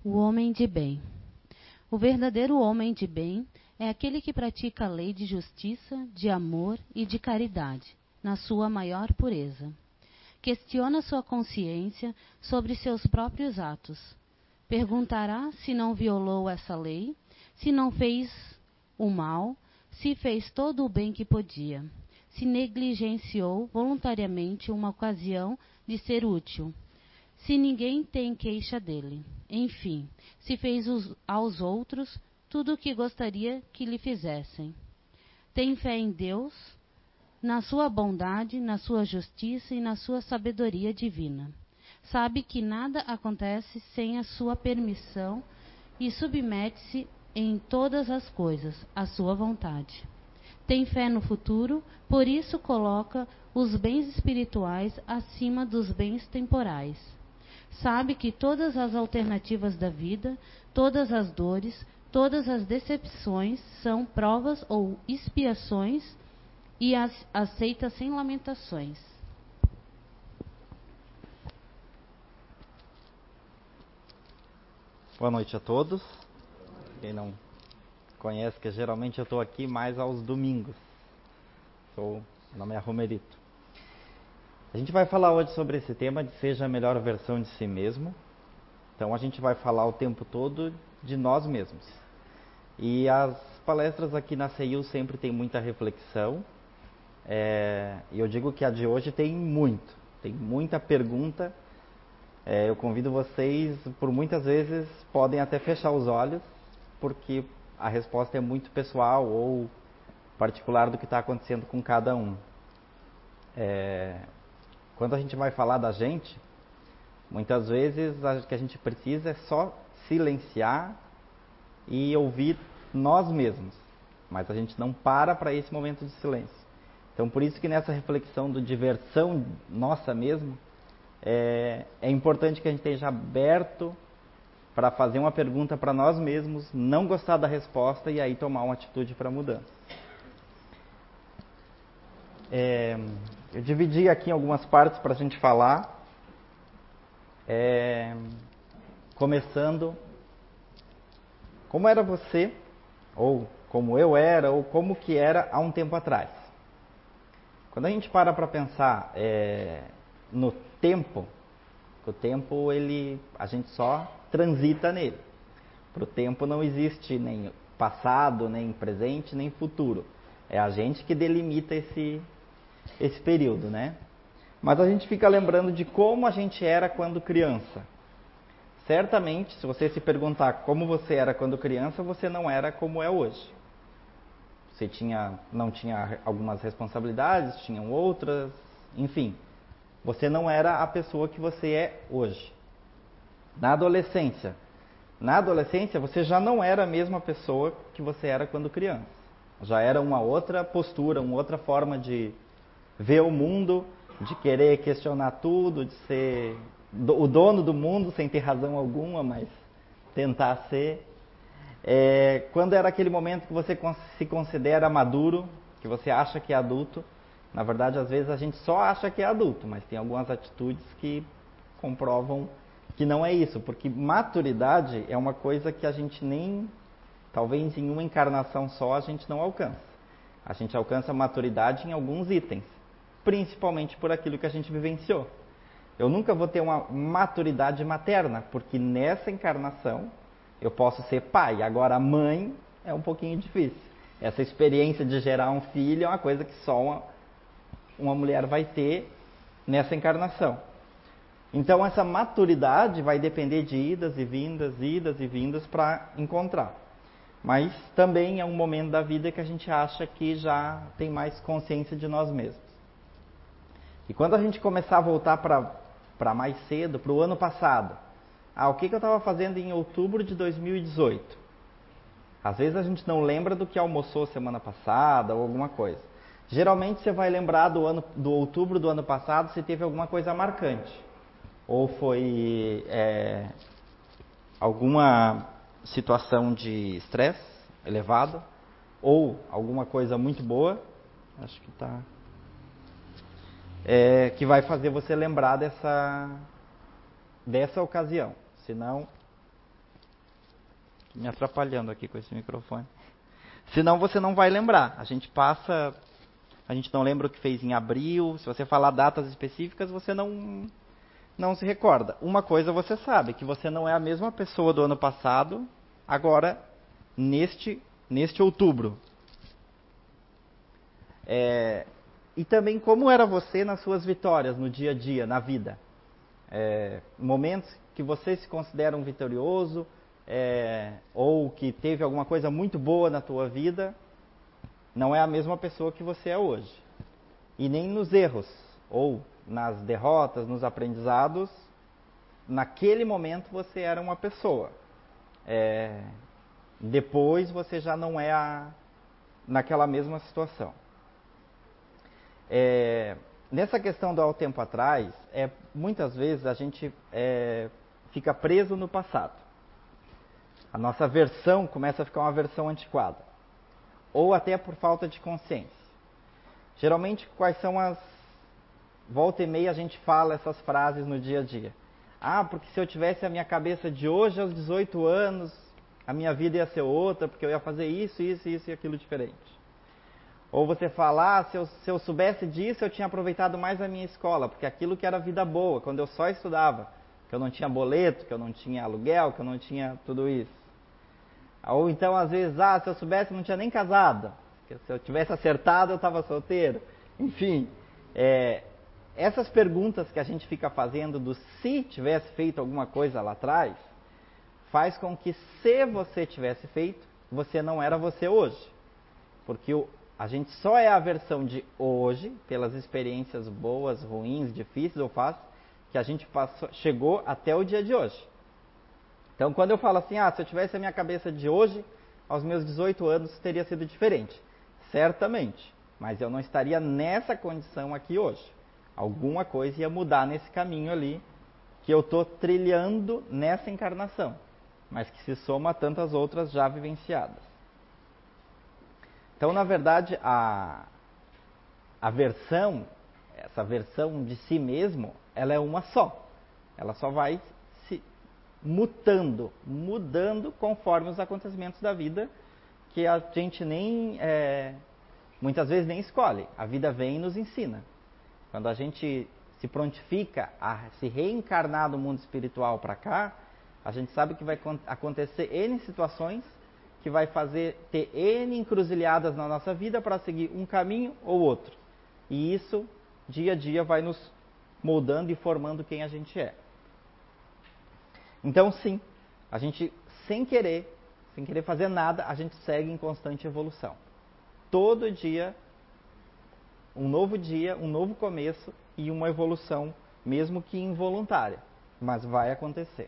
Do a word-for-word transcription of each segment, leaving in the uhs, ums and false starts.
O homem de bem. O verdadeiro homem de bem é aquele que pratica a lei de justiça, de amor e de caridade, na sua maior pureza. Questiona sua consciência sobre seus próprios atos. Perguntará se não violou essa lei, se não fez o mal, se fez todo o bem que podia, se negligenciou voluntariamente uma ocasião de ser útil, se ninguém tem queixa dele. Enfim, se fez os, aos outros tudo o que gostaria que lhe fizessem. Tem fé em Deus, na sua bondade, na sua justiça e na sua sabedoria divina. Sabe que nada acontece sem a sua permissão e submete-se em todas as coisas à sua vontade. Tem fé no futuro, por isso coloca os bens espirituais acima dos bens temporais. Sabe que todas as alternativas da vida, todas as dores, todas as decepções são provas ou expiações e as aceita sem lamentações. Boa noite a todos. Quem não conhece, que geralmente eu estou aqui mais aos domingos. Sou, meu nome é Romerito. A gente vai falar hoje sobre esse tema de seja a melhor versão de si mesmo. Então a gente vai falar o tempo todo de nós mesmos. E as palestras aqui na C I U sempre tem muita reflexão. É, e eu digo que a de hoje tem muito, tem muita pergunta. É, eu convido vocês, por muitas vezes, podem até fechar os olhos, porque a resposta é muito pessoal ou particular do que está acontecendo com cada um. É, quando a gente vai falar da gente, muitas vezes o que a gente precisa é só silenciar e ouvir nós mesmos, mas a gente não para para esse momento de silêncio. Então, por isso que nessa reflexão do diversão nossa mesmo, é, é importante que a gente esteja aberto para fazer uma pergunta para nós mesmos, não gostar da resposta e aí tomar uma atitude para mudança. É, eu dividi aqui em algumas partes para a gente falar, é, começando, como era você, ou como eu era, ou como que era há um tempo atrás. Quando a gente para para pensar é, no tempo, o tempo ele, a gente só transita nele. Para o tempo não existe nem passado, nem presente, nem futuro. É a gente que delimita esse, esse período, né? Mas a gente fica lembrando de como a gente era quando criança. Certamente, se você se perguntar como você era quando criança, você não era como é hoje. Você tinha, não tinha algumas responsabilidades, tinham outras, enfim. Você não era a pessoa que você é hoje. Na adolescência, na adolescência você já não era a mesma pessoa que você era quando criança. Já era uma outra postura, uma outra forma de ver o mundo, de querer questionar tudo, de ser o dono do mundo sem ter razão alguma, mas tentar ser. É, quando era aquele momento que você se considera maduro, que você acha que é adulto, na verdade às vezes a gente só acha que é adulto, mas tem algumas atitudes que comprovam que não é isso, porque maturidade é uma coisa que a gente nem, talvez em uma encarnação só a gente não alcança. A gente alcança maturidade em alguns itens, principalmente por aquilo que a gente vivenciou. Eu nunca vou ter uma maturidade materna, porque nessa encarnação eu posso ser pai, agora mãe é um pouquinho difícil. Essa experiência de gerar um filho é uma coisa que só uma, uma mulher vai ter nessa encarnação. Então essa maturidade vai depender de idas e vindas, idas e vindas para encontrar. Mas também é um momento da vida que a gente acha que já tem mais consciência de nós mesmos. E quando a gente começar a voltar para mais cedo, para o ano passado, ah, o que, que eu estava fazendo em outubro de dois mil e dezoito? Às vezes a gente não lembra do que almoçou semana passada ou alguma coisa. Geralmente você vai lembrar do, ano, do outubro do ano passado se teve alguma coisa marcante. Ou foi é, alguma situação de estresse elevado, ou alguma coisa muito boa, acho que tá, é, que vai fazer você lembrar dessa, dessa ocasião. Senão, Me atrapalhando aqui com esse microfone. Senão você não vai lembrar. A gente passa, a gente não lembra o que fez em abril. Se você falar datas específicas, você não, não se recorda. Uma coisa você sabe, que você não é a mesma pessoa do ano passado, agora, neste, neste outubro. É, e também como era você nas suas vitórias, no dia a dia, na vida. É, momentos que você se considera um vitorioso, é, ou que teve alguma coisa muito boa na tua vida, não é a mesma pessoa que você é hoje. E nem nos erros, ou nas derrotas, nos aprendizados, naquele momento você era uma pessoa. É, depois você já não é a, naquela mesma situação. É, nessa questão do há tempo atrás, é, muitas vezes a gente é, fica preso no passado. A nossa versão começa a ficar uma versão antiquada. Ou até por falta de consciência. Geralmente, quais são as... Volta e meia a gente fala essas frases no dia a dia. Ah, porque se eu tivesse a minha cabeça de hoje aos dezoito anos, a minha vida ia ser outra, porque eu ia fazer isso, isso, isso e aquilo diferente. Ou você falar, ah, se eu, se eu soubesse disso, eu tinha aproveitado mais a minha escola, porque aquilo que era vida boa, quando eu só estudava, que eu não tinha boleto, que eu não tinha aluguel, que eu não tinha tudo isso. Ou então, às vezes, ah, se eu soubesse, eu não tinha nem casado. Se eu tivesse acertado, eu estava solteiro. Enfim, é, essas perguntas que a gente fica fazendo do se tivesse feito alguma coisa lá atrás, faz com que se você tivesse feito, você não era você hoje. Porque o, a gente só é a versão de hoje, pelas experiências boas, ruins, difíceis ou fáceis, que a gente passou, chegou até o dia de hoje. Então, quando eu falo assim, ah, se eu tivesse a minha cabeça de hoje, aos meus dezoito anos, teria sido diferente. Certamente. Mas eu não estaria nessa condição aqui hoje. Alguma coisa ia mudar nesse caminho ali, que eu estou trilhando nessa encarnação, mas que se soma a tantas outras já vivenciadas. Então, na verdade, a, a versão, essa versão de si mesmo, ela é uma só. Ela só vai mutando, mudando conforme os acontecimentos da vida, que a gente nem, é, muitas vezes nem escolhe. A vida vem e nos ensina. Quando a gente se prontifica a se reencarnar do mundo espiritual para cá, a gente sabe que vai acontecer N situações que vai fazer ter N encruzilhadas na nossa vida para seguir um caminho ou outro. E isso, dia a dia, vai nos moldando e formando quem a gente é. Então, sim, a gente, sem querer, sem querer fazer nada, a gente segue em constante evolução. Todo dia, um novo dia, um novo começo e uma evolução, mesmo que involuntária, mas vai acontecer.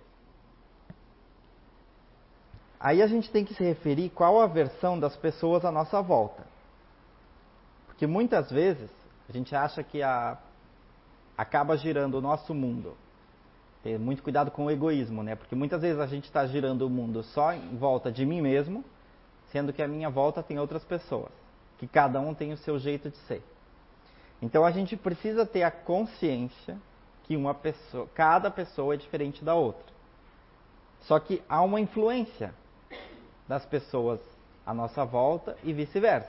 Aí a gente tem que se referir qual a versão das pessoas à nossa volta. Porque muitas vezes a gente acha que a, acaba girando o nosso mundo. Ter muito cuidado com o egoísmo, né? Porque muitas vezes a gente está girando o mundo só em volta de mim mesmo, sendo que a minha volta tem outras pessoas, que cada um tem o seu jeito de ser. Então a gente precisa ter a consciência que uma pessoa, cada pessoa é diferente da outra. Só que há uma influência das pessoas à nossa volta e vice-versa.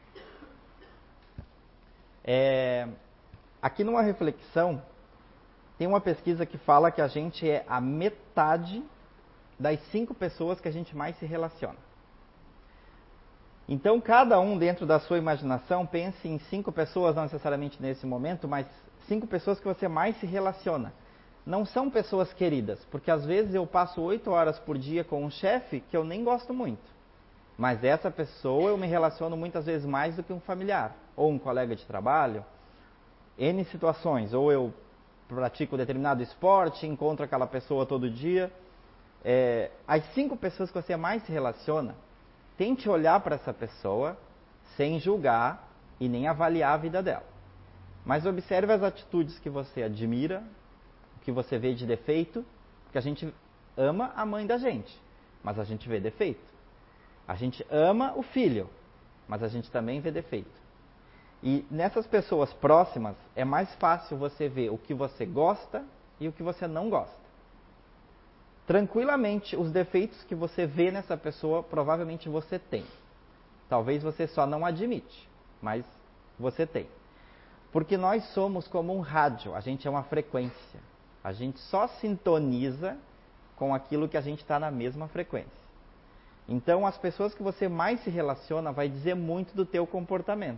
É, aqui numa reflexão, tem uma pesquisa que fala que a gente é a metade das cinco pessoas que a gente mais se relaciona. Então, cada um, dentro da sua imaginação, pense em cinco pessoas, não necessariamente nesse momento, mas cinco pessoas que você mais se relaciona. Não são pessoas queridas, porque às vezes eu passo oito horas por dia com um chefe que eu nem gosto muito. Mas essa pessoa eu me relaciono muitas vezes mais do que um familiar, ou um colega de trabalho. N situações, ou eu pratico determinado esporte, encontro aquela pessoa todo dia. É, as cinco pessoas que você mais se relaciona, tente olhar para essa pessoa sem julgar e nem avaliar a vida dela. Mas observe as atitudes que você admira, o que você vê de defeito, porque a gente ama a mãe da gente, mas a gente vê defeito. A gente ama o filho, mas a gente também vê defeito. E nessas pessoas próximas, é mais fácil você ver o que você gosta e o que você não gosta. tranquilamente os defeitos que você vê nessa pessoa, provavelmente você tem. Talvez você só não admite, mas você tem. Porque nós somos como um rádio, a gente é uma frequência. A gente só sintoniza com aquilo que a gente está na mesma frequência. Então, as pessoas que você mais se relaciona vai dizer muito do teu comportamento.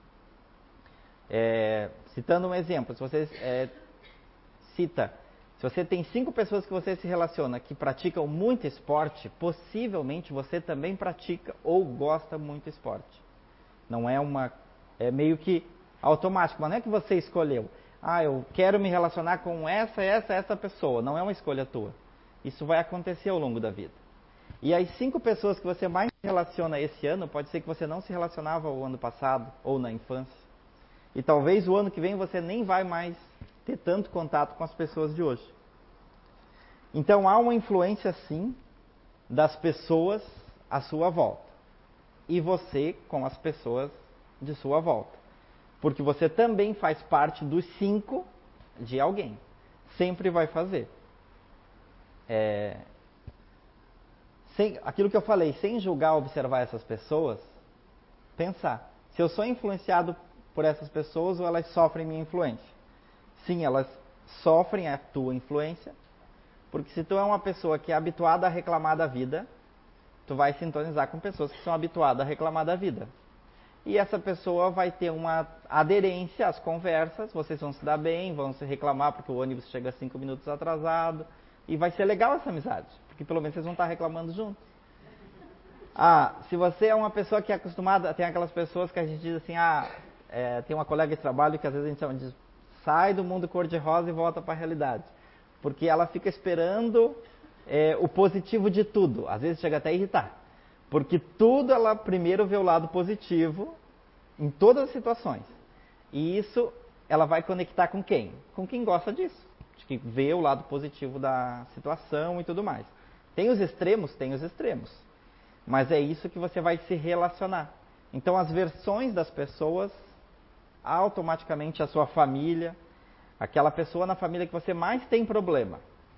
É, citando um exemplo, se você é, cita, se você tem cinco pessoas que você se relaciona que praticam muito esporte, possivelmente você também pratica ou gosta muito de esporte. Não é uma, é meio que automático, mas não é que você escolheu. Ah, eu quero me relacionar com essa, essa, essa pessoa. Não é uma escolha tua. Isso vai acontecer ao longo da vida. E as cinco pessoas que você mais se relaciona esse ano, pode ser que você não se relacionava o ano passado ou na infância. E talvez o ano que vem você nem vai mais ter tanto contato com as pessoas de hoje. Então há uma influência sim das pessoas à sua volta. E você com as pessoas de sua volta. Porque você também faz parte dos cinco de alguém. Sempre vai fazer. É... Sem, aquilo que eu falei, sem julgar, observar essas pessoas, pensar, se eu sou influenciado por essas pessoas ou elas sofrem minha influência? Sim, elas sofrem a tua influência, porque se tu é uma pessoa que é habituada a reclamar da vida, tu vai sintonizar com pessoas que são habituadas a reclamar da vida. E essa pessoa vai ter uma aderência às conversas, vocês vão se dar bem, vão se reclamar porque o ônibus chega cinco minutos atrasado, e vai ser legal essa amizade. Porque pelo menos vocês vão estar reclamando juntos. Ah, se você é uma pessoa que é acostumada, tem aquelas pessoas que a gente diz assim, ah, é, tem uma colega de trabalho que às vezes a gente chama de sai do mundo cor-de-rosa e volta para a realidade. Porque ela fica esperando é, o positivo de tudo. Às vezes chega até a irritar. Porque tudo ela primeiro vê o lado positivo em todas as situações. E isso ela vai conectar com quem? Com quem gosta disso. De que vê o lado positivo da situação e tudo mais. Tem os extremos? Tem os extremos. Mas é isso que você vai se relacionar. Então, as versões das pessoas, automaticamente a sua família, aquela pessoa na família que você mais tem problema.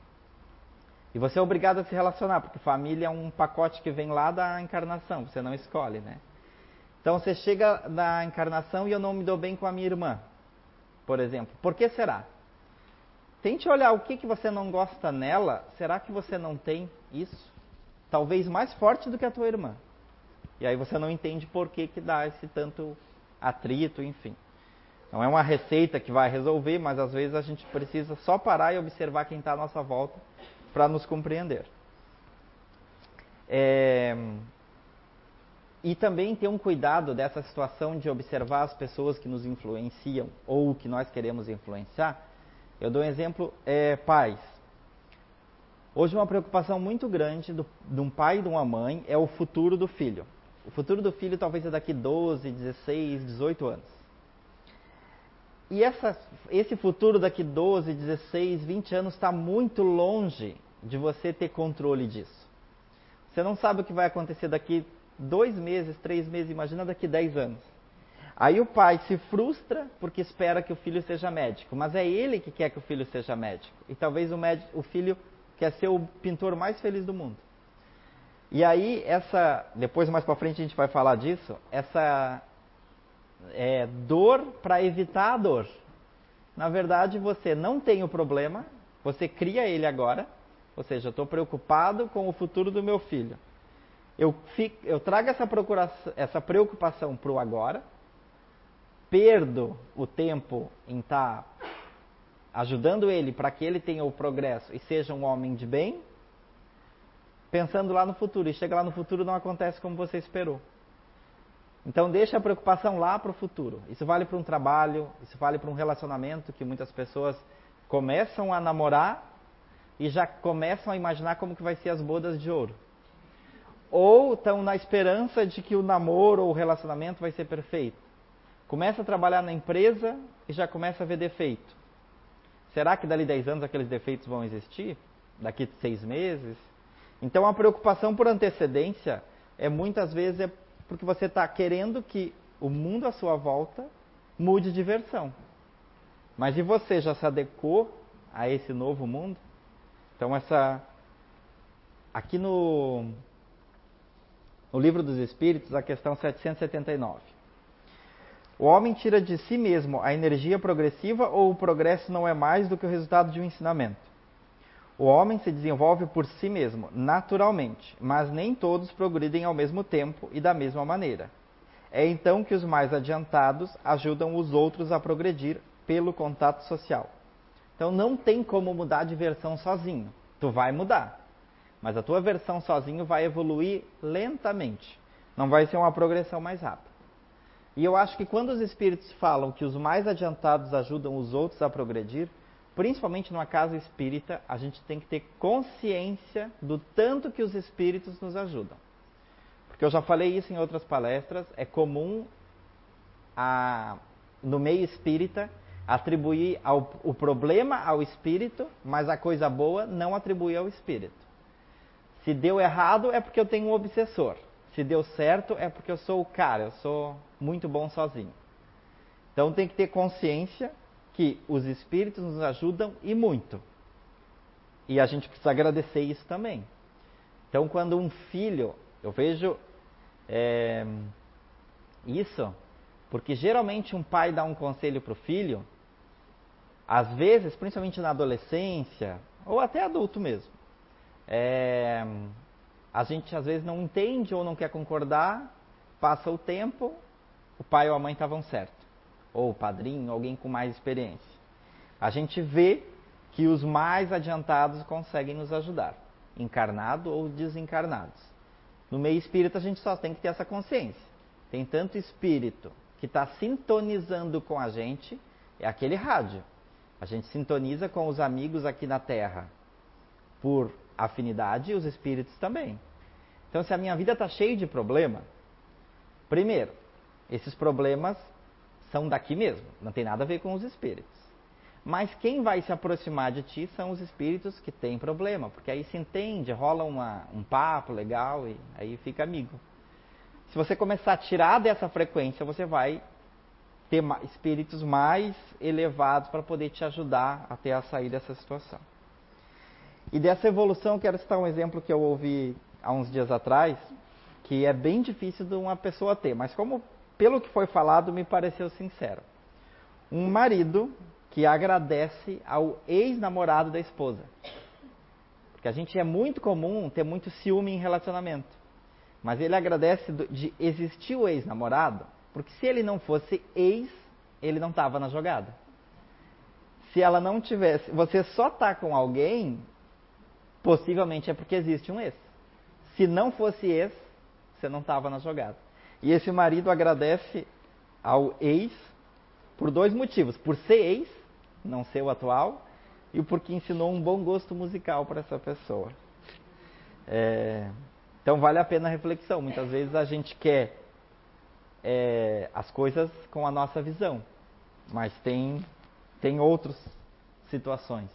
E você é obrigado a se relacionar, porque família é um pacote que vem lá da encarnação, você não escolhe, né? Então, você chega na encarnação e eu não me dou bem com a minha irmã, por exemplo. Por que será? Tente olhar o que, que você não gosta nela. Será que você não tem isso? Talvez mais forte do que a tua irmã. E aí você não entende por que, que dá esse tanto atrito, enfim. Não é uma receita que vai resolver, mas às vezes a gente precisa só parar e observar quem está à nossa volta para nos compreender. É... E também ter um cuidado dessa situação de observar as pessoas que nos influenciam ou que nós queremos influenciar. Eu dou um exemplo, é, pais. Hoje uma preocupação muito grande do, de um pai e de uma mãe é o futuro do filho. O futuro do filho talvez é daqui doze, dezesseis, dezoito anos. E essa, esse futuro daqui doze, dezesseis, vinte anos está muito longe de você ter controle disso. Você não sabe o que vai acontecer daqui dois meses, três meses, imagina daqui dez anos. Aí o pai se frustra porque espera que o filho seja médico, mas é ele que quer que o filho seja médico. E talvez o, médico, o filho quer ser o pintor mais feliz do mundo. E aí, essa, depois mais para frente a gente vai falar disso, essa é, dor para evitar a dor. Na verdade, você não tem o problema, você cria ele agora, ou seja, eu estou preocupado com o futuro do meu filho. Eu, fico, eu trago essa, essa preocupação para o agora, perdo o tempo em estar tá ajudando ele para que ele tenha o progresso e seja um homem de bem, pensando lá no futuro. E chega lá no futuro não acontece como você esperou. Então deixa a preocupação lá para o futuro. Isso vale para um trabalho, isso vale para um relacionamento que muitas pessoas começam a namorar e já começam a imaginar como que vai ser as bodas de ouro. Ou estão na esperança de que o namoro ou o relacionamento vai ser perfeito. Começa a trabalhar na empresa e já começa a ver defeito. Será que dali dez anos aqueles defeitos vão existir? Daqui seis meses? Então a preocupação por antecedência é muitas vezes é porque você está querendo que o mundo à sua volta mude de versão. Mas e você já se adequou a esse novo mundo? Então essa aqui no, no Livro dos Espíritos, a questão setecentos e setenta e nove. O homem tira de si mesmo a energia progressiva ou o progresso não é mais do que o resultado de um ensinamento? O homem se desenvolve por si mesmo, naturalmente, mas nem todos progridem ao mesmo tempo e da mesma maneira. É então que os mais adiantados ajudam os outros a progredir pelo contato social. Então não tem como mudar de versão sozinho. Tu vai mudar, mas a tua versão sozinho vai evoluir lentamente. Não vai ser uma progressão mais rápida. E eu acho que quando os espíritos falam que os mais adiantados ajudam os outros a progredir, principalmente numa casa espírita, a gente tem que ter consciência do tanto que os espíritos nos ajudam. Porque eu já falei isso em outras palestras, é comum a, no meio espírita atribuir ao, o problema ao espírito, mas a coisa boa não atribuir ao espírito. Se deu errado é porque eu tenho um obsessor. Se deu certo é porque eu sou o cara, eu sou muito bom sozinho. Então tem que ter consciência que os espíritos nos ajudam e muito. E a gente precisa agradecer isso também. Então quando um filho, eu vejo é, isso, porque geralmente um pai dá um conselho para o filho, às vezes, principalmente na adolescência, ou até adulto mesmo, é, a gente às vezes não entende ou não quer concordar, passa o tempo, o pai ou a mãe estavam certos. Ou o padrinho, alguém com mais experiência. A gente vê que os mais adiantados conseguem nos ajudar, encarnados ou desencarnados. No meio espírita a gente só tem que ter essa consciência. Tem tanto espírito que está sintonizando com a gente, é aquele rádio. A gente sintoniza com os amigos aqui na Terra por afinidade e os espíritos também. Então, se a minha vida está cheia de problema, primeiro, esses problemas são daqui mesmo, não tem nada a ver com os espíritos. Mas quem vai se aproximar de ti são os espíritos que têm problema, porque aí se entende, rola uma, um papo legal e aí fica amigo. Se você começar a tirar dessa frequência, você vai ter espíritos mais elevados para poder te ajudar até a sair dessa situação. E dessa evolução, eu quero citar um exemplo que eu ouvi há uns dias atrás, que é bem difícil de uma pessoa ter, mas como pelo que foi falado, me pareceu sincero. Um marido que agradece ao ex-namorado da esposa. Porque a gente é muito comum ter muito ciúme em relacionamento. Mas ele agradece de existir o ex-namorado, porque se ele não fosse ex, ele não estava na jogada. Se ela não tivesse, você só está com alguém, possivelmente é porque existe um ex. Se não fosse ex, você não estava na jogada. E esse marido agradece ao ex por dois motivos. Por ser ex, não ser o atual, e porque ensinou um bom gosto musical para essa pessoa. É, então vale a pena a reflexão. Muitas vezes a gente quer é, as coisas com a nossa visão, mas tem, tem outras situações.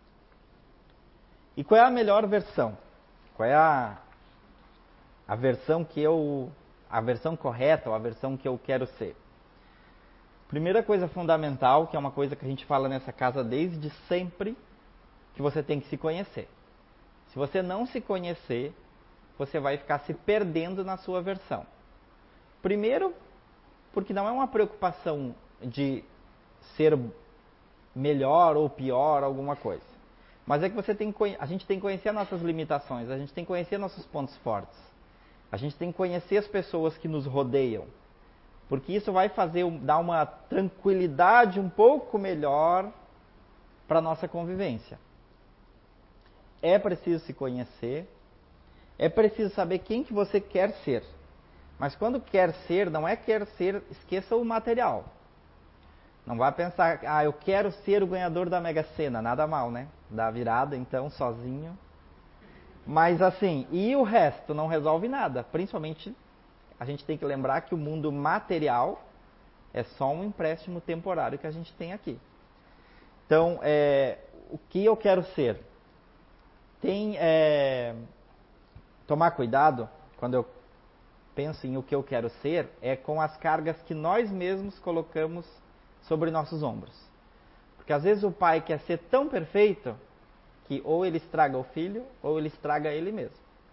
E qual é a melhor versão? Qual é a, a versão que eu... a versão correta, ou a versão que eu quero ser? Primeira coisa fundamental, que é uma coisa que a gente fala nessa casa desde sempre, que você tem que se conhecer. Se você não se conhecer, você vai ficar se perdendo na sua versão. Primeiro, porque não é uma preocupação de ser melhor ou pior alguma coisa. Mas é que você tem que, a gente tem que conhecer nossas limitações, a gente tem que conhecer nossos pontos fortes. A gente tem que conhecer as pessoas que nos rodeiam. Porque isso vai fazer, dar uma tranquilidade um pouco melhor para a nossa convivência. É preciso se conhecer, é preciso saber quem que você quer ser. Mas quando quer ser, não é quer ser, esqueça o material. Não vai pensar, ah, eu quero ser o ganhador da Mega Sena, nada mal, né? Da virada, então, sozinho. Mas assim, e o resto não resolve nada. Principalmente, a gente tem que lembrar que o mundo material é só um empréstimo temporário que a gente tem aqui. Então, é, o que eu quero ser? Tem, é, tomar cuidado, quando eu penso em o que eu quero ser, é com as cargas que nós mesmos colocamos sobre nossos ombros. Porque às vezes o pai quer ser tão perfeito que ou ele estraga o filho ou ele estraga ele mesmo.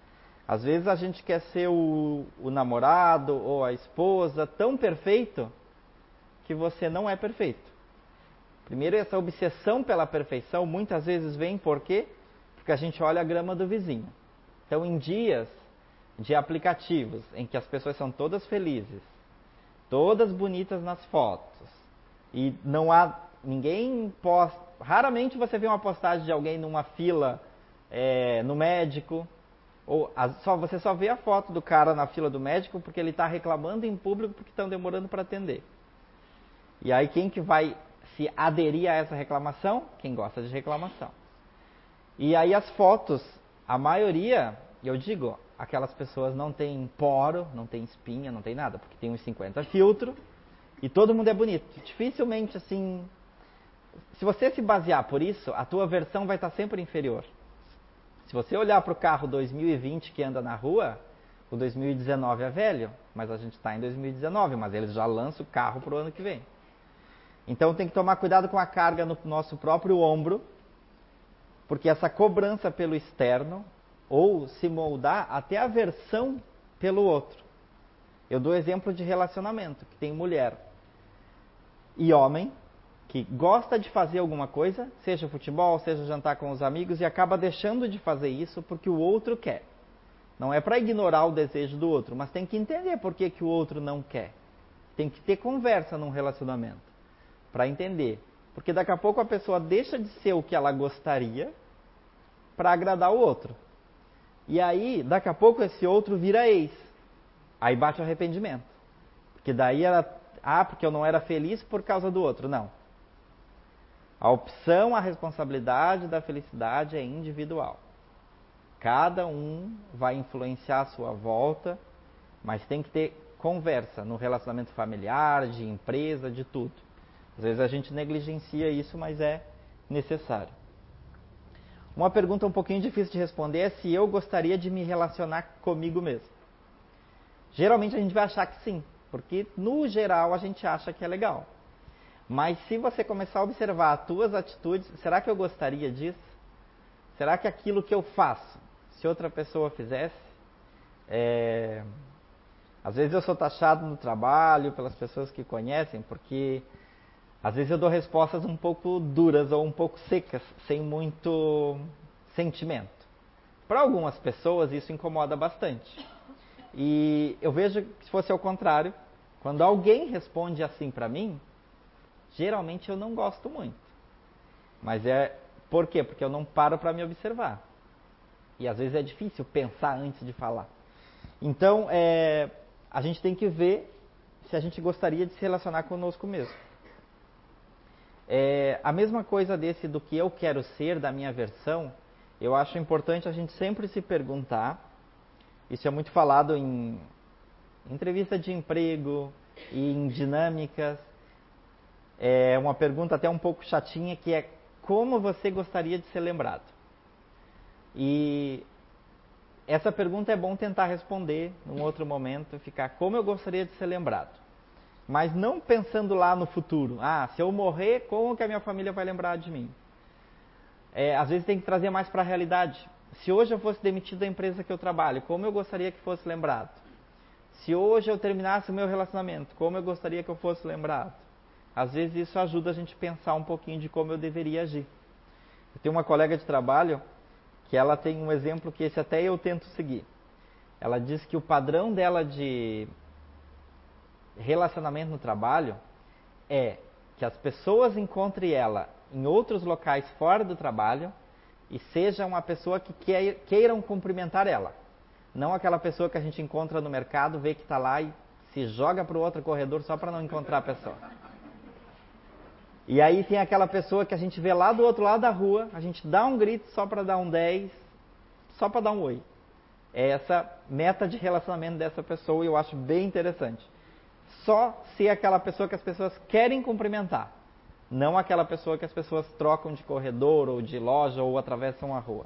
Às vezes a gente quer ser o, o namorado ou a esposa tão perfeito que você não é perfeito. Primeiro, essa obsessão pela perfeição muitas vezes vem por quê? Porque a gente olha a grama do vizinho. Então, em dias de aplicativos em que as pessoas são todas felizes, todas bonitas nas fotos, e não há ninguém posta, raramente você vê uma postagem de alguém numa fila é, no médico, ou a, só, você só vê a foto do cara na fila do médico porque ele está reclamando em público porque estão demorando para atender. E aí quem que vai se aderir a essa reclamação? Quem gosta de reclamação. E aí as fotos, a maioria, eu digo, aquelas pessoas não têm poro, não tem espinha, não tem nada, porque tem uns cinquenta filtros e todo mundo é bonito. Dificilmente assim, se você se basear por isso, a tua versão vai estar sempre inferior. Se você olhar para o carro dois mil e vinte que anda na rua, o dois mil e dezenove é velho, mas a gente está em dois mil e dezenove, mas eles já lançam o carro para o ano que vem. Então tem que tomar cuidado com a carga no nosso próprio ombro, porque essa cobrança pelo externo, ou se moldar até a versão pelo outro. Eu dou exemplo de relacionamento, que tem mulher e homem, que gosta de fazer alguma coisa, seja futebol, seja jantar com os amigos, e acaba deixando de fazer isso porque o outro quer. Não é para ignorar o desejo do outro, mas tem que entender por que, que o outro não quer. Tem que ter conversa num relacionamento, para entender. Porque daqui a pouco a pessoa deixa de ser o que ela gostaria para agradar o outro. E aí, daqui a pouco esse outro vira ex. Aí bate o arrependimento. Porque daí ela, ah, porque eu não era feliz por causa do outro. Não. A opção, a responsabilidade da felicidade é individual. Cada um vai influenciar a sua volta, mas tem que ter conversa no relacionamento familiar, de empresa, de tudo. Às vezes a gente negligencia isso, mas é necessário. Uma pergunta um pouquinho difícil de responder é se eu gostaria de me relacionar comigo mesmo. Geralmente a gente vai achar que sim, porque no geral a gente acha que é legal. Mas se você começar a observar as tuas atitudes, será que eu gostaria disso? Será que aquilo que eu faço, se outra pessoa fizesse? É... Às vezes eu sou taxado no trabalho pelas pessoas que conhecem, porque às vezes eu dou respostas um pouco duras ou um pouco secas, sem muito sentimento. Para algumas pessoas isso incomoda bastante. E eu vejo que se fosse ao contrário, quando alguém responde assim para mim, geralmente eu não gosto muito. Mas é por quê? Porque eu não paro para me observar. E às vezes é difícil pensar antes de falar. Então, é, a gente tem que ver se a gente gostaria de se relacionar conosco mesmo. É, a mesma coisa desse do que eu quero ser, da minha versão, eu acho importante a gente sempre se perguntar. Isso é muito falado em entrevista de emprego e em dinâmicas. É uma pergunta até um pouco chatinha, que é: como você gostaria de ser lembrado? E essa pergunta é bom tentar responder num outro momento, ficar como eu gostaria de ser lembrado. Mas não pensando lá no futuro. Ah, se eu morrer, como que a minha família vai lembrar de mim? É, às vezes tem que trazer mais para a realidade. Se hoje eu fosse demitido da empresa que eu trabalho, como eu gostaria que fosse lembrado? Se hoje eu terminasse o meu relacionamento, como eu gostaria que eu fosse lembrado? Às vezes isso ajuda a gente a pensar um pouquinho de como eu deveria agir. Eu tenho uma colega de trabalho que ela tem um exemplo que esse até eu tento seguir. Ela diz que o padrão dela de relacionamento no trabalho é que as pessoas encontrem ela em outros locais fora do trabalho e seja uma pessoa que queiram cumprimentar ela. Não aquela pessoa que a gente encontra no mercado, vê que está lá e se joga para o outro corredor só para não encontrar a pessoa. E aí tem aquela pessoa que a gente vê lá do outro lado da rua, a gente dá um grito só para dar um dez, só para dar um oi. É essa meta de relacionamento dessa pessoa e eu acho bem interessante. Só ser aquela pessoa que as pessoas querem cumprimentar, não aquela pessoa que as pessoas trocam de corredor ou de loja ou atravessam a rua.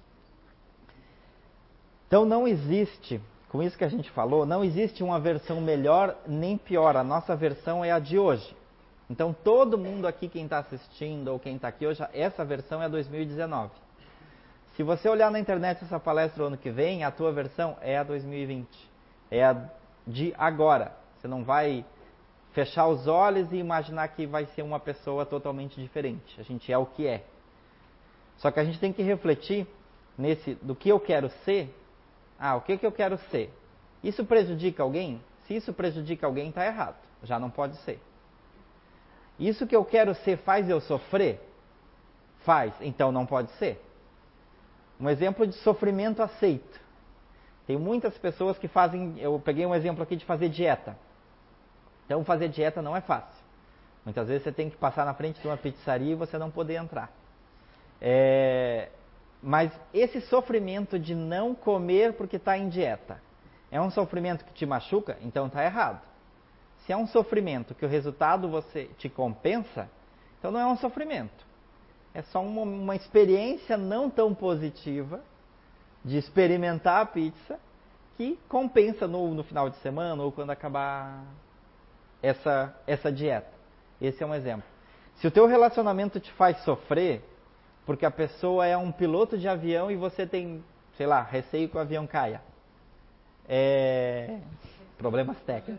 Então não existe, com isso que a gente falou, não existe uma versão melhor nem pior. A nossa versão é a de hoje. Então todo mundo aqui, quem está assistindo ou quem está aqui hoje, essa versão é dois mil e dezenove. Se você olhar na internet essa palestra o ano que vem, a tua versão é a dois mil e vinte. É a de agora. Você não vai fechar os olhos e imaginar que vai ser uma pessoa totalmente diferente. A gente é o que é. Só que a gente tem que refletir nesse do que eu quero ser. Ah, o que, que eu quero ser? Isso prejudica alguém? Se isso prejudica alguém, está errado. Já não pode ser. Isso que eu quero ser faz eu sofrer? Faz, então não pode ser. Um exemplo de sofrimento aceito. Tem muitas pessoas que fazem... Eu peguei um exemplo aqui de fazer dieta. Então, fazer dieta não é fácil. Muitas vezes você tem que passar na frente de uma pizzaria e você não poder entrar. É, mas esse sofrimento de não comer porque está em dieta, é um sofrimento que te machuca? Então está errado. Se é um sofrimento que o resultado você te compensa, então não é um sofrimento. É só uma, uma experiência não tão positiva de experimentar a pizza que compensa no, no final de semana ou quando acabar essa, essa dieta. Esse é um exemplo. Se o teu relacionamento te faz sofrer, porque a pessoa é um piloto de avião e você tem, sei lá, receio que o avião caia. É... Problemas técnicos.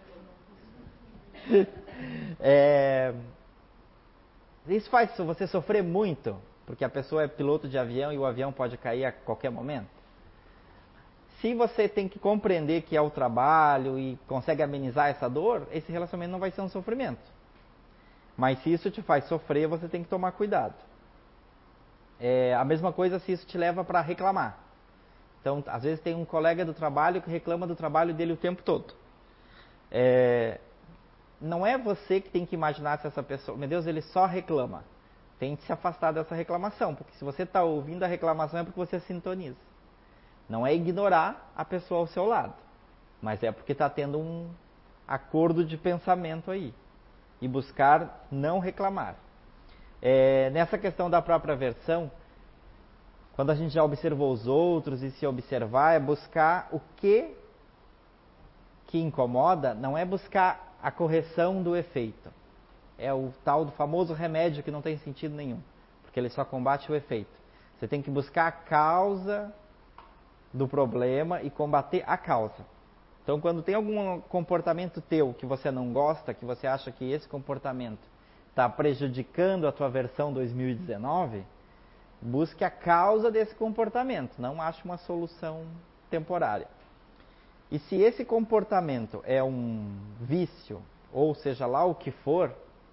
É... Isso faz você sofrer muito, porque a pessoa é piloto de avião e o avião pode cair a qualquer momento. Se você tem que compreender que é o trabalho e consegue amenizar essa dor, esse relacionamento não vai ser um sofrimento. Mas se isso te faz sofrer, você tem que tomar cuidado. É a mesma coisa se isso te leva para reclamar. Então, às vezes tem um colega do trabalho que reclama do trabalho dele o tempo todo. É, não é você que tem que imaginar se essa pessoa... Meu Deus, ele só reclama. Tente se afastar dessa reclamação, porque se você está ouvindo a reclamação é porque você sintoniza. Não é ignorar a pessoa ao seu lado, mas é porque está tendo um acordo de pensamento aí. E buscar não reclamar. É, nessa questão da própria versão, quando a gente já observou os outros e se observar, é buscar o que que incomoda, não é buscar a correção do efeito. É o tal do famoso remédio que não tem sentido nenhum, porque ele só combate o efeito. Você tem que buscar a causa do problema e combater a causa. Então, quando tem algum comportamento teu que você não gosta, que você acha que esse comportamento está prejudicando a tua versão dois mil e dezenove, busque a causa desse comportamento, não ache uma solução temporária. E se esse comportamento é um vício, ou seja lá o que for,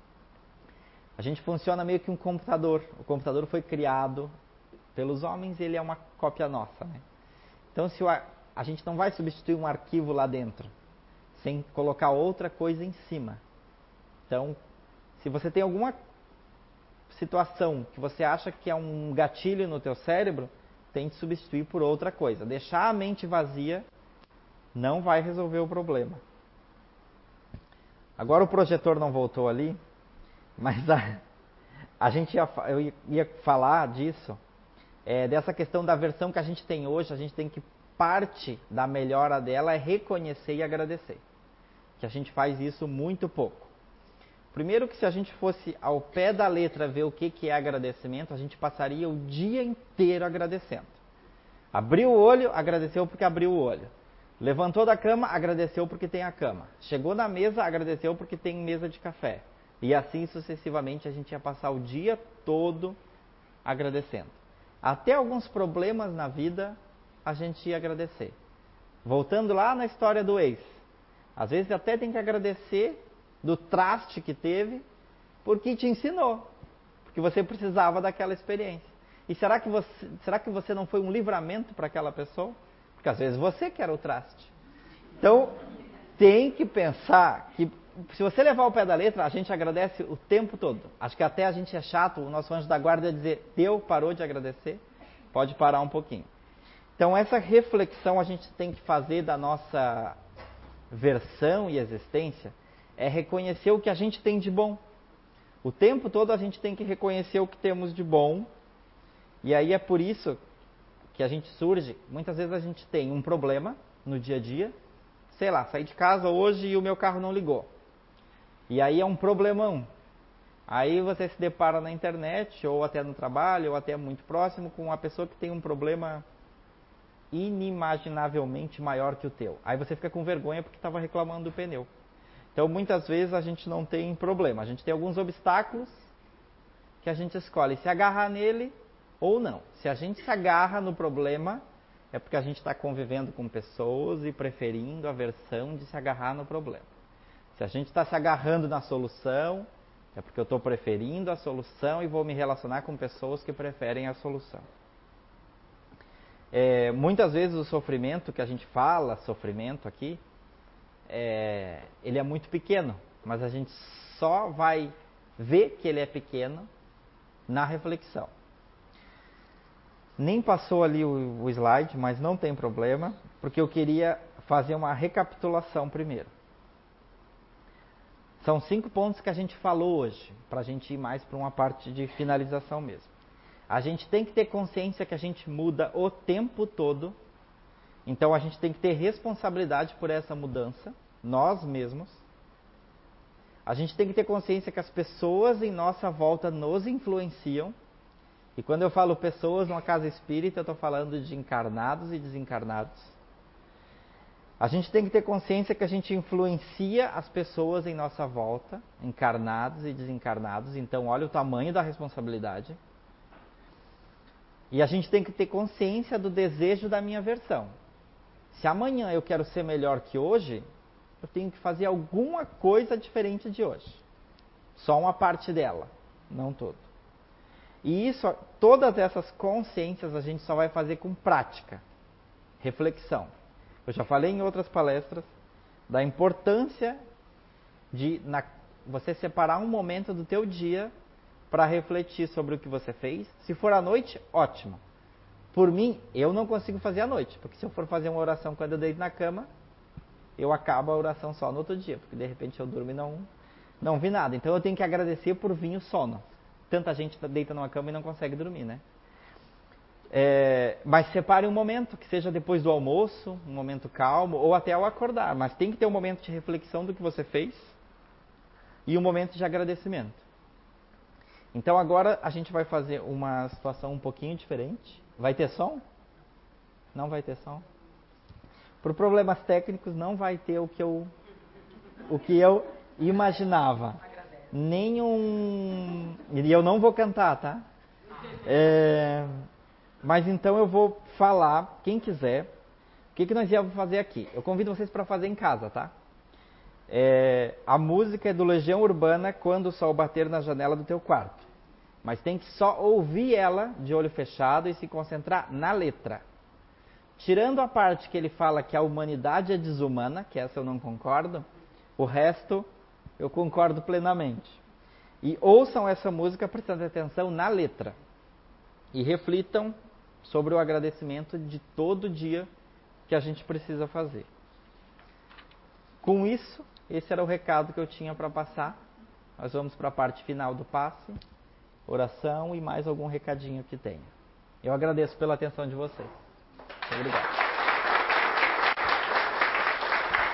a gente funciona meio que um computador. O computador foi criado pelos homens e ele é uma cópia nossa, né? Então, se o, a gente não vai substituir um arquivo lá dentro, sem colocar outra coisa em cima. Então, se você tem alguma situação que você acha que é um gatilho no teu cérebro, tente substituir por outra coisa. Deixar a mente vazia não vai resolver o problema. Agora o projetor não voltou ali, mas a, a gente ia, eu ia falar disso, é, dessa questão da versão que a gente tem hoje. A gente tem que, parte da melhora dela é reconhecer e agradecer. Que a gente faz isso muito pouco. Primeiro que se a gente fosse ao pé da letra ver o que, que é agradecimento, a gente passaria o dia inteiro agradecendo. Abriu o olho, agradeceu porque abriu o olho. Levantou da cama, agradeceu porque tem a cama. Chegou na mesa, agradeceu porque tem mesa de café. E assim sucessivamente a gente ia passar o dia todo agradecendo. Até alguns problemas na vida a gente ia agradecer. Voltando lá na história do ex. Às vezes até tem que agradecer do traste que teve, porque te ensinou. Porque você precisava daquela experiência. E será que você, será que você não foi um livramento para aquela pessoa? Porque às vezes você que era o traste. Então, tem que pensar que se você levar o pé da letra, a gente agradece o tempo todo. Acho que até a gente é chato, o nosso anjo da guarda ia dizer, deu, parou de agradecer? Pode parar um pouquinho. Então, essa reflexão a gente tem que fazer da nossa versão e existência, é reconhecer o que a gente tem de bom. O tempo todo a gente tem que reconhecer o que temos de bom. E aí é por isso que a gente surge, muitas vezes a gente tem um problema no dia a dia, sei lá, saí de casa hoje e o meu carro não ligou. E aí é um problemão. Aí você se depara na internet, ou até no trabalho, ou até muito próximo, com uma pessoa que tem um problema inimaginavelmente maior que o teu. Aí você fica com vergonha porque estava reclamando do pneu. Então, muitas vezes a gente não tem problema. A gente tem alguns obstáculos que a gente escolhe se agarrar nele ou não. Se a gente se agarra no problema, é porque a gente está convivendo com pessoas e preferindo a versão de se agarrar no problema. Se a gente está se agarrando na solução, é porque eu estou preferindo a solução e vou me relacionar com pessoas que preferem a solução. É, muitas vezes o sofrimento que a gente fala, sofrimento aqui, é, ele é muito pequeno, mas a gente só vai ver que ele é pequeno na reflexão. Nem passou ali o, o slide, mas não tem problema, porque eu queria fazer uma recapitulação primeiro. São cinco pontos que a gente falou hoje, para a gente ir mais para uma parte de finalização mesmo. A gente tem que ter consciência que a gente muda o tempo todo, então a gente tem que ter responsabilidade por essa mudança, nós mesmos. A gente tem que ter consciência que as pessoas em nossa volta nos influenciam. E quando eu falo pessoas numa casa espírita, eu estou falando de encarnados e desencarnados. A gente tem que ter consciência que a gente influencia as pessoas em nossa volta, encarnados e desencarnados. Então, olha o tamanho da responsabilidade. E a gente tem que ter consciência do desejo da minha versão. Se amanhã eu quero ser melhor que hoje, eu tenho que fazer alguma coisa diferente de hoje. Só uma parte dela, não todo. E isso, todas essas consciências a gente só vai fazer com prática, reflexão. Eu já falei em outras palestras da importância de na, você separar um momento do teu dia para refletir sobre o que você fez. Se for à noite, ótimo. Por mim, eu não consigo fazer à noite, porque se eu for fazer uma oração quando eu deito na cama, eu acabo a oração só no outro dia, porque de repente eu durmo e não, não vi nada. Então eu tenho que agradecer por vir o sono. Tanta gente deita numa cama e não consegue dormir, né? É, mas separe um momento, que seja depois do almoço, um momento calmo, ou até ao acordar. Mas tem que ter um momento de reflexão do que você fez e um momento de agradecimento. Então agora a gente vai fazer uma situação um pouquinho diferente. Vai ter som? Não vai ter som? Por problemas técnicos não vai ter o que eu, o que eu imaginava. Nenhum... E eu não vou cantar, tá? É... Mas então eu vou falar, quem quiser, o que, que nós íamos fazer aqui. Eu convido vocês para fazer em casa, tá? É... A música é do Legião Urbana, Quando o Sol Bater na Janela do Teu Quarto. Mas tem que só ouvir ela de olho fechado e se concentrar na letra. Tirando a parte que ele fala que a humanidade é desumana, que essa eu não concordo, o resto eu concordo plenamente. E ouçam essa música prestando atenção na letra. E reflitam sobre o agradecimento de todo dia que a gente precisa fazer. Com isso, esse era o recado que eu tinha para passar. Nós vamos para a parte final do passe, oração e mais algum recadinho que tenha. Eu agradeço pela atenção de vocês. Obrigado.